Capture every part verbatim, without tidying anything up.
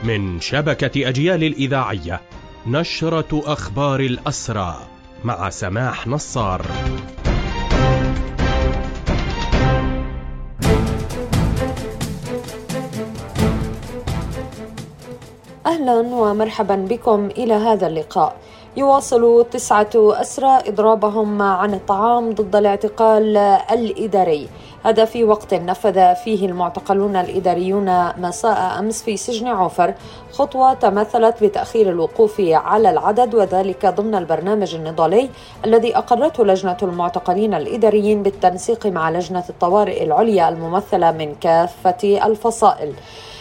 من شبكة أجيال الإذاعية، نشرة أخبار الأسرى مع سماح نصار. أهلا ومرحبا بكم إلى هذا اللقاء. يواصل تسعة أسرى إضرابهم عن الطعام ضد الاعتقال الإداري، هذا في وقت نفذ فيه المعتقلون الإداريون مساء أمس في سجن عوفر خطوة تمثلت بتأخير الوقوف على العدد، وذلك ضمن البرنامج النضالي الذي أقرته لجنة المعتقلين الإداريين بالتنسيق مع لجنة الطوارئ العليا الممثلة من كافة الفصائل.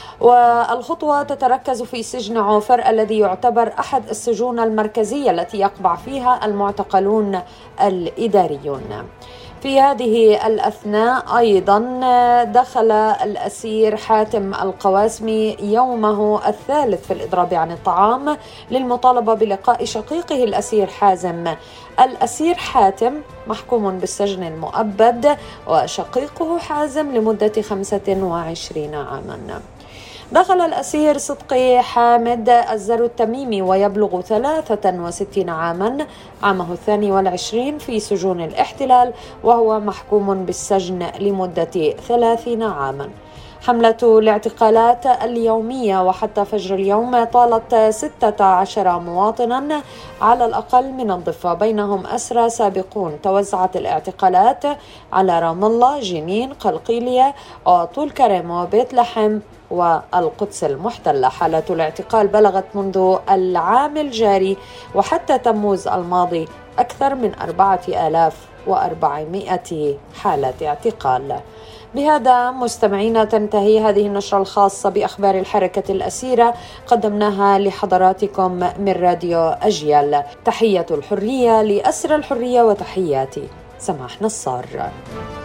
والخطوة تتركز في سجن عوفر الذي يعتبر أحد السجون المركزية التي يقبع فيها المعتقلون الإداريون. في هذه الأثناء أيضا دخل الأسير حاتم القواسمي يومه الثالث في الإضراب عن الطعام للمطالبة بلقاء شقيقه الأسير حازم. الأسير حاتم محكوم بالسجن المؤبد وشقيقه حازم لمدة خمسة وعشرين عاما. دخل الأسير صدقي حامد الزر التميمي ويبلغ ثلاثة وستين عاما عامه الثاني والعشرين في سجون الاحتلال، وهو محكوم بالسجن لمدة ثلاثين عاما. حملة الاعتقالات اليومية وحتى فجر اليوم طالت ستة عشر مواطنا على الأقل من الضفة، بينهم أسرى سابقون. توزعت الاعتقالات على رام الله، جنين، قلقيلية وطول كرم وبيت لحم والقدس المحتلة. حالة الاعتقال بلغت منذ العام الجاري وحتى تموز الماضي أكثر من أربعة آلاف وأربعمائة حالة اعتقال. بهذا مستمعينا تنتهي هذه النشرة الخاصة بأخبار الحركة الأسيرة، قدمناها لحضراتكم من راديو أجيال. تحية الحرية لأسر الحرية، وتحياتي سماح نصار.